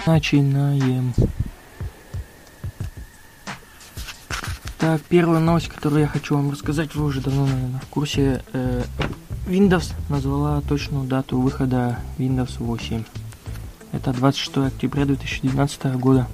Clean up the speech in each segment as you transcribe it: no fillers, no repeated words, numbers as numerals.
Начинаем. Так, первая новость, которую я хочу вам рассказать, вы уже давно, наверное, в курсе. Windows назвала точную дату выхода Windows 8. Это 26 октября 2012 года.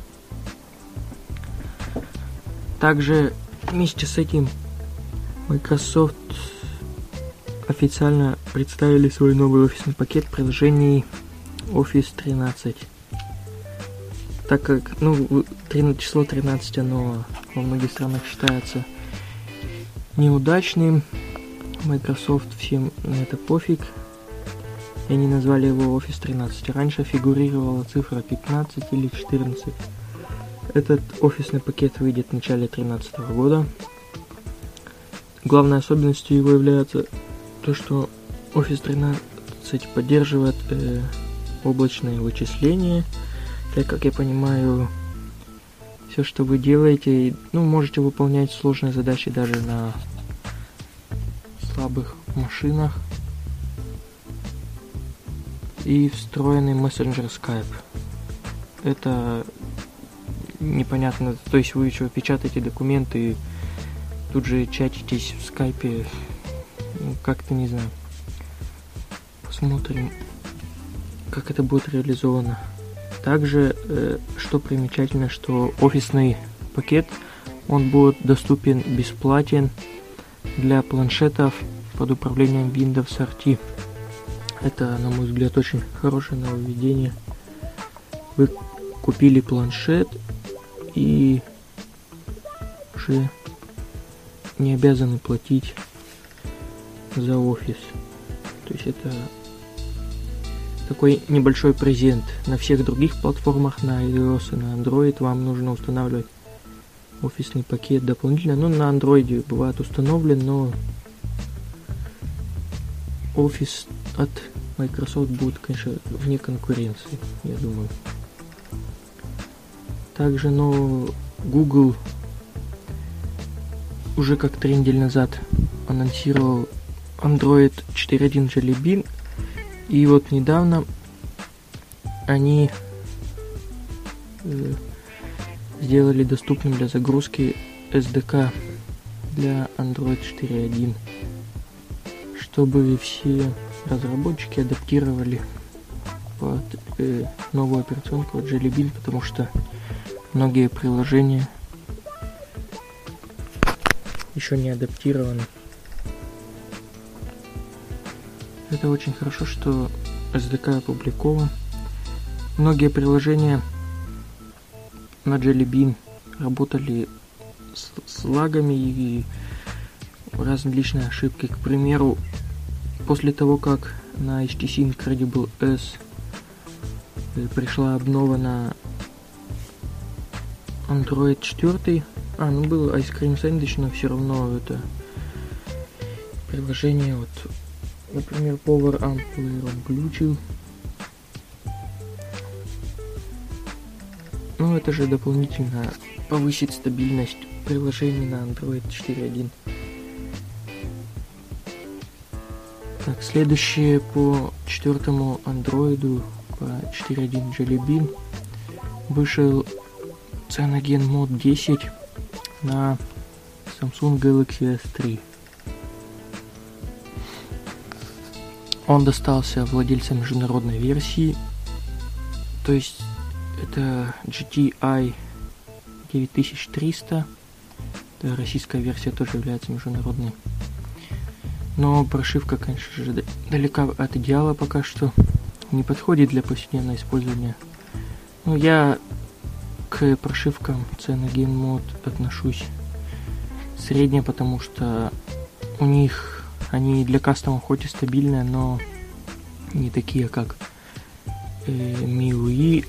Также вместе с этим Microsoft официально представили свой новый офисный пакет приложений Office 13. Так как, число 13, оно во многих странах считается неудачным, Microsoft всем на это пофиг, и они назвали его Office 13. Раньше фигурировала цифра 15 или 14. Этот офисный пакет выйдет в начале 2013 года. Главной особенностью его является то, что Office 13 поддерживает облачные вычисления. Так как я понимаю, все, что вы делаете, можете выполнять сложные задачи даже на слабых машинах. И встроенный мессенджер Skype. Это непонятно, то есть вы еще печатаете документы и тут же чатитесь в скайпе, как-то не знаю. Посмотрим, как это будет реализовано. Также, что примечательно, что офисный пакет, он будет доступен бесплатен для планшетов под управлением Windows RT. Это, на мой взгляд, очень хорошее нововведение. Вы купили планшет и уже не обязаны платить за офис. То есть это такой небольшой презент. На всех других платформах, на iOS и на Android, вам нужно устанавливать офисный пакет дополнительно. На Android бывает установлен, но офис от Microsoft будет, конечно, вне конкуренции, я думаю. Также, Google уже как 3 недели назад анонсировал Android 4.1 Jelly Bean. И вот недавно они сделали доступным для загрузки SDK для Android 4.1, чтобы все разработчики адаптировали под новую операционку от Jelly Bean, потому что многие приложения еще не адаптированы. Это очень хорошо, что SDK опубликован. Многие приложения на Jelly Bean работали с лагами и различные ошибки. К примеру, после того, как на HTC Incredible S пришла обнова на Android 4, был Ice Cream Sandwich, но все равно это приложение, например, Power Amp Player он глючил. Это же дополнительно повысит стабильность приложений на Android 4.1. Так, следующее по 4-му Android по 4.1 Jelly Bean вышел Cyanogen Mod 10 на Samsung Galaxy S3. Он достался владельцам международной версии, то есть это GTI 9300, это российская версия, тоже является международной. Но прошивка, конечно же, далека от идеала пока что, не подходит для повседневного использования. Я к прошивкам Cyanogen Mod отношусь средне, потому что у них они для кастома хоть и стабильные, но не такие, как MIUI,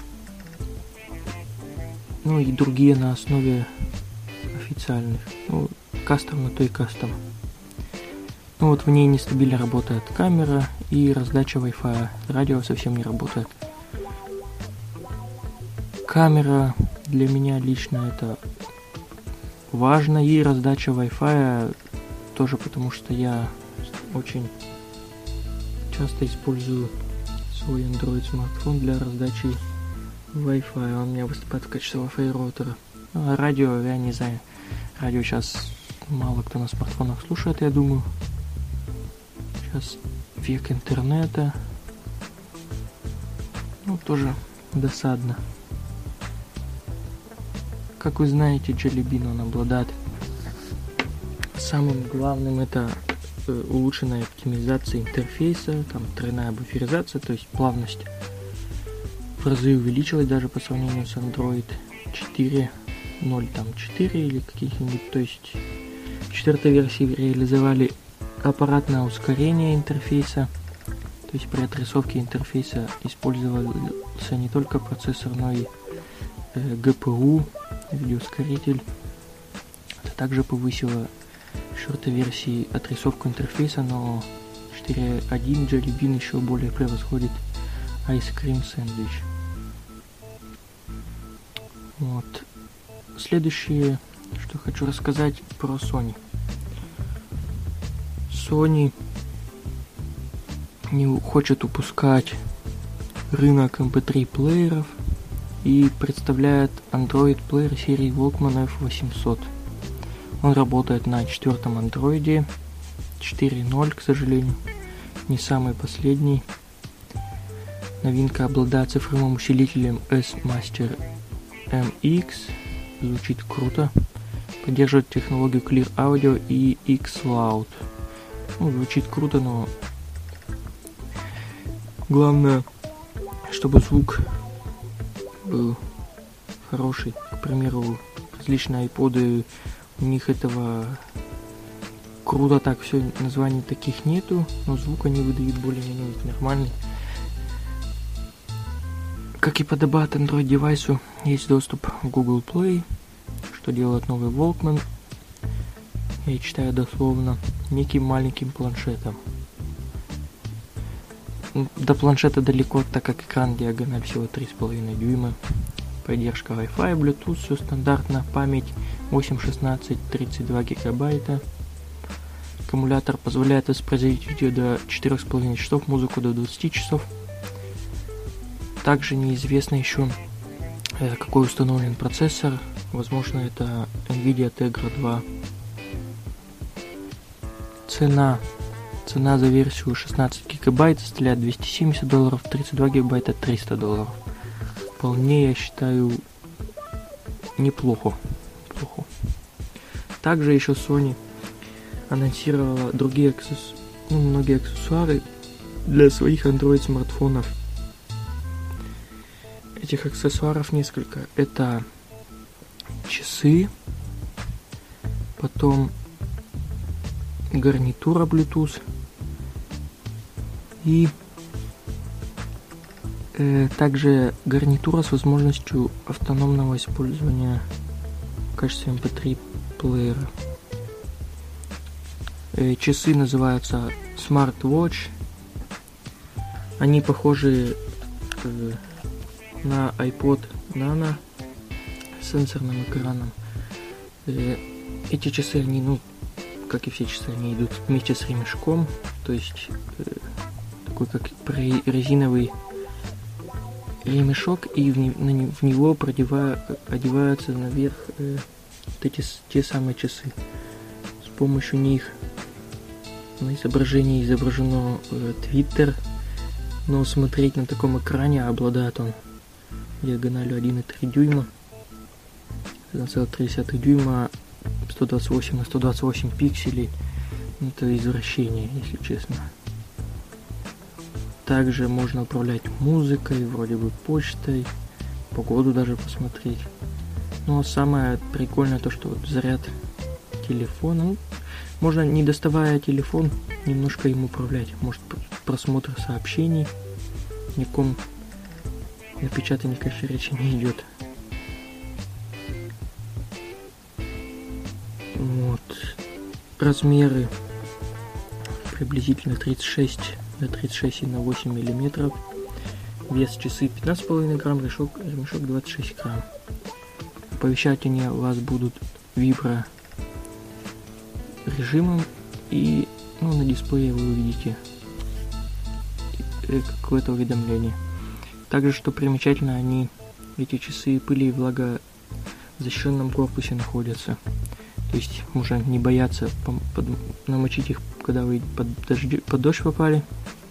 и другие на основе официальных. Кастом на то и кастом. В ней нестабильно работает камера и раздача Wi-Fi. Радио совсем не работает. Камера для меня лично это важно, и раздача Wi-Fi тоже, потому что я очень часто использую свой Android смартфон для раздачи Wi-Fi, он у меня выступает в качестве Wi-Fi роутера. Ну, а радио, я не знаю. Радио сейчас мало кто на смартфонах слушает, я думаю. Сейчас век интернета. Ну, тоже досадно. Как вы знаете, Jelly Bean, он обладает самым главным, это улучшенная оптимизация интерфейса, там тройная буферизация, то есть плавность в разы увеличилась даже по сравнению с Android 4.0, там 4 или каких-нибудь, то есть в 4-й версии реализовали аппаратное ускорение интерфейса, то есть при отрисовке интерфейса использовался не только процессор, но и GPU, видеоускоритель. Это также повысило в 4-й версии отрисовку интерфейса, но 4.1 Jelly Bean еще более превосходит Ice Cream Sandwich. Вот. Следующее, что хочу рассказать про Sony. Sony не хочет упускать рынок MP3 плееров и представляет Android плеер серии Walkman F800. Он работает на 4-м Android 4.0, к сожалению, не самый последний. Новинка обладает цифровым усилителем S-Master MX, звучит круто. Поддерживает технологию Clear Audio и X-Loud. Ну, звучит круто, но главное, чтобы звук был хороший. К примеру, различные iPod'ы, у них этого круто так все, названий таких нету, но звук они выдают более-менее нормальный. Как и подобает Android девайсу, есть доступ в Google Play, что делает новый Walkman, я читаю дословно, неким маленьким планшетом. До планшета далеко, так как экран диагональ всего 3,5 дюйма. Поддержка Wi-Fi, Bluetooth, все стандартно. Память 8, 16, 32 гигабайта. Аккумулятор позволяет воспроизводить видео до 4,5 часов, музыку до 20 часов. Также неизвестно еще, какой установлен процессор. Возможно, это NVIDIA Tegra 2. Цена за версию 16 гигабайт составляет $270, 32 гигабайта $300. Вполне, я считаю, неплохо. Также еще Sony анонсировала другие многие аксессуары для своих Android смартфонов. Этих аксессуаров несколько. Это часы, потом гарнитура Bluetooth и также гарнитура с возможностью автономного использования в качестве MP3 плеера. Часы называются Smartwatch. Они похожи на iPod Nano с сенсорным экраном. Эти часы, они, как и все часы, они идут вместе с ремешком, то есть такой как резиновый ремешок, и в него одеваются наверх те самые часы. С помощью них на изображении изображено Twitter, но смотреть на таком экране обладает он диагональю 1,3 дюйма, 1,3 дюйма, 128 на 128 пикселей. Это извращение, если честно. Также можно управлять музыкой, вроде бы почтой, погоду даже посмотреть. Но самое прикольное то, что заряд телефона, можно, не доставая телефон, немножко им управлять. Может, просмотр сообщений, никаком напечатании, конечно, речи не идет. Вот. Размеры приблизительно 36 на 36 и на 8 миллиметров. Вес часы 15,5 грамм, ремешок 26 грамм. Оповещать они вас будут вибро режимом, и на дисплее вы увидите какое-то уведомление. Также, что примечательно, они эти часы пыли и влага в защищенном корпусе находятся. То есть можно не бояться намочить их, когда вы под дождь попали.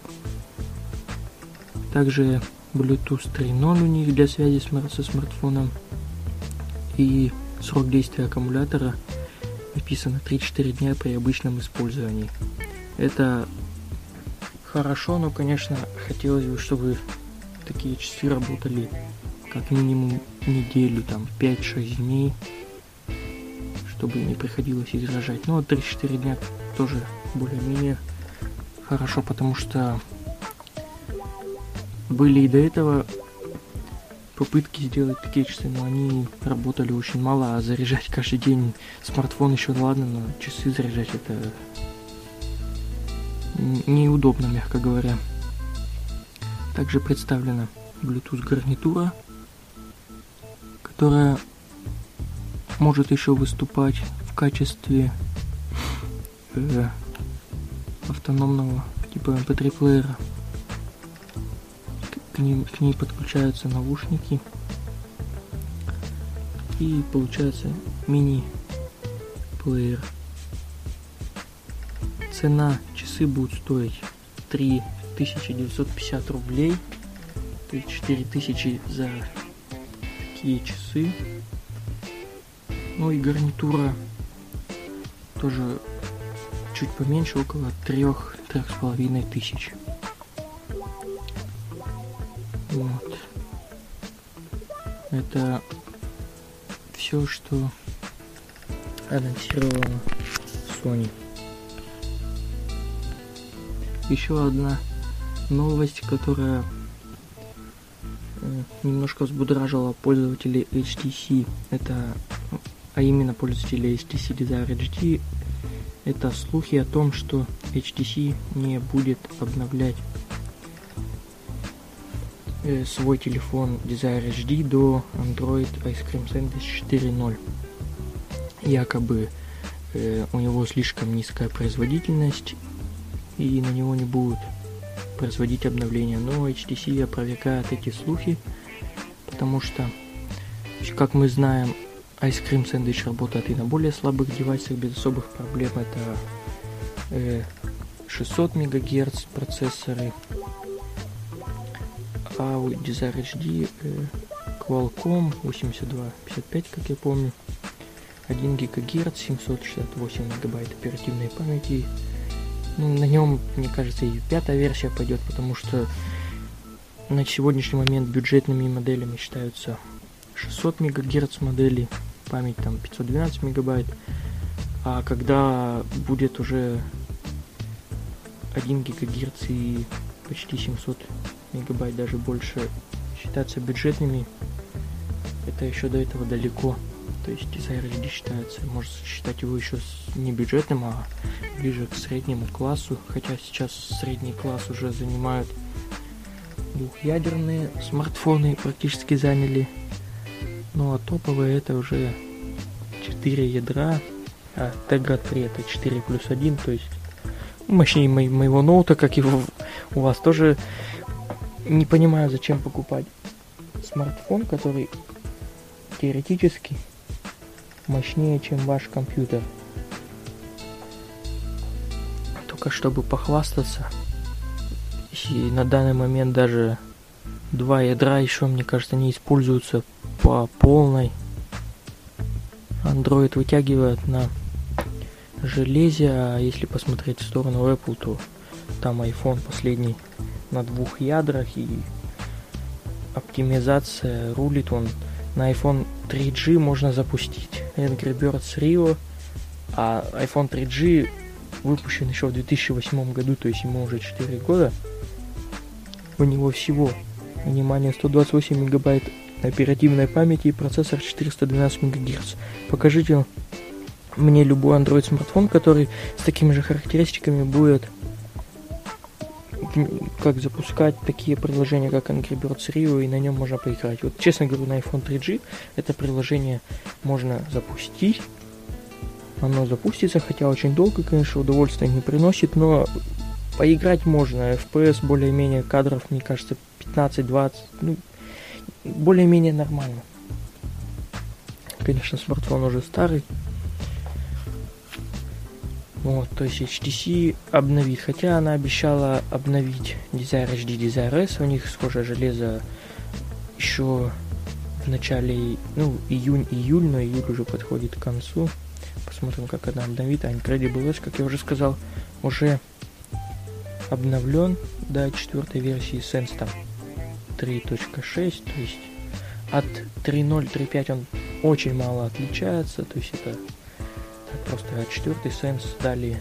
Также Bluetooth 3.0 у них для связи со смартфоном. И срок действия аккумулятора написано 3-4 дня при обычном использовании. Это хорошо, но, конечно, хотелось бы, чтобы такие часы работали как минимум неделю, там 5-6 дней, чтобы не приходилось их заряжать. Но 3-4 дня тоже более-менее хорошо, потому что были и до этого попытки сделать такие часы, но они работали очень мало, а заряжать каждый день смартфон еще ладно, но часы заряжать это неудобно, мягко говоря. Также представлена Bluetooth гарнитура, которая может еще выступать в качестве автономного типа MP3 плеера. К ней подключаются наушники и получается мини-плеер. Цена часы будет стоить 3950 рублей, то есть 4000 за такие часы. Ну и гарнитура тоже чуть поменьше, около 3-3,5 тысяч. Вот. Это все, что анонсировала Sony. Еще одна новость, которая немножко взбудоражила пользователей HTC, а именно пользователей HTC Desire HD, это слухи о том, что HTC не будет обновлять свой телефон Desire HD до Android Ice Cream Sandwich 4.0. Якобы у него слишком низкая производительность и на него не будут производить обновления. Но HTC опровергает эти слухи, потому что, как мы знаем, Ice Cream Sandwich работает и на более слабых девайсах без особых проблем. Это 600 МГц процессоры, а у Desire HD Qualcomm 8255, как я помню, 1 ГГц, 768 МБ оперативной памяти. На нем, мне кажется, и 5-я версия пойдет, потому что на сегодняшний момент бюджетными моделями считаются 600 МГц модели, память там 512 МБ, а когда будет уже 1 ГГц и почти 700 МБ, даже больше, считаться бюджетными, это еще до этого далеко. То есть Desire HD считается, можно считать его еще не бюджетным, а ближе к среднему классу, хотя сейчас средний класс уже занимают двухъядерные смартфоны, практически заняли. Ну а топовые это уже 4 ядра, а Tegra 3 это 4+1, то есть мощнее моего ноута, как его у вас тоже. Не понимаю, зачем покупать смартфон, который теоретически мощнее, чем ваш компьютер. Только чтобы похвастаться. И на данный момент даже 2 ядра еще, мне кажется, не используются по полной. Android вытягивает на железе, а если посмотреть в сторону Apple, то там iPhone последний на 2 ядрах, и оптимизация рулит. Он на iPhone 3G можно запустить Angry Birds Rio, а iPhone 3G выпущен еще в 2008 году, то есть ему уже 4 года. У него всего, внимание, 128 мегабайт оперативной памяти и процессор 412 МГц. Покажите мне любой Android смартфон, который с такими же характеристиками будет как запускать такие приложения, как Angry Birds Rio, и на нем можно поиграть. Вот, честно говорю, на iPhone 3G это приложение можно запустить. Оно запустится, хотя очень долго, конечно, удовольствия не приносит, но поиграть можно. FPS более-менее кадров, мне кажется, 15-20. более-менее нормально. Конечно, смартфон уже старый. Вот, то есть HTC обновит, хотя она обещала обновить Desire HD, Desire S, у них схожее железо еще в начале, июнь, но июль уже подходит к концу. Посмотрим, как она обновит. А Incredible S, как я уже сказал, уже обновлен до 4 версии Sense там 3.6, то есть от 3.0, 3.5 он очень мало отличается, то есть это просто 4-й Sense дали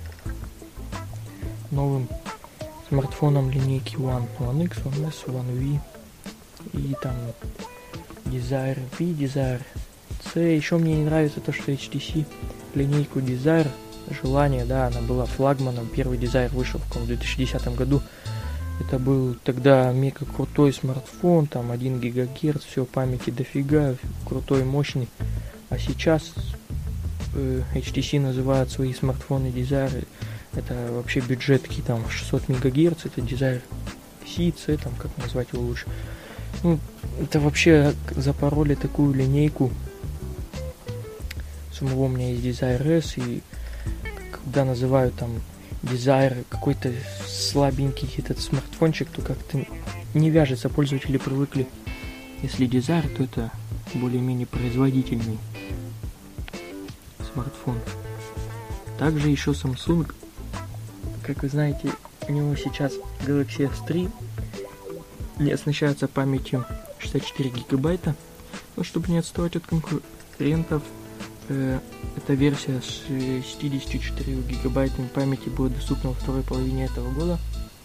новым смартфоном линейки One X, One S, One V и там Desire V, Desire C. Еще мне не нравится то, что HTC линейку Desire, желание, да, она была флагманом, первый Desire вышел в 2010 году. Это был тогда мега крутой смартфон, там 1 ГГц, все, памяти дофига, крутой, мощный. А сейчас HTC называют свои смартфоны Desire, это вообще бюджетки, там 600 МГц, это Desire C, C, там как назвать его лучше. Это вообще запороли такую линейку. Самого у меня есть Desire S, и когда называют там Desire какой-то слабенький этот смартфончик, то как-то не вяжется, пользователи привыкли. Если Desire, то это более-менее производительный смартфон. Также еще Samsung, как вы знаете, у него сейчас Galaxy S3 не оснащается памятью 64 гигабайта. Но чтобы не отставать от конкурентов, эта версия с 64 гигабайтами памяти будет доступна во второй половине этого года.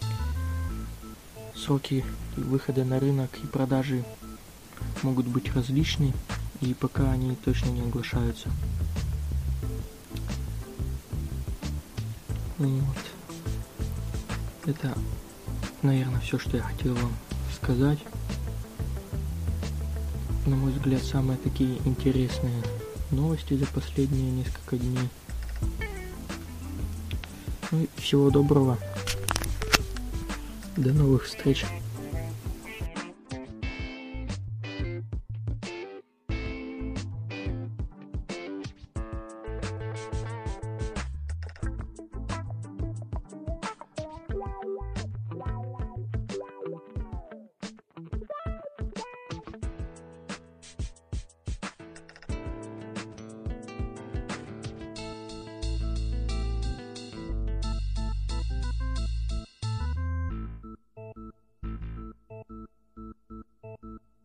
Сроки выхода на рынок и продажи могут быть различны, и пока они точно не оглашаются. Вот. Это, наверное, все, что я хотел вам сказать. На мой взгляд, самые такие интересные новости за последние несколько дней. Ну и всего доброго. До новых встреч.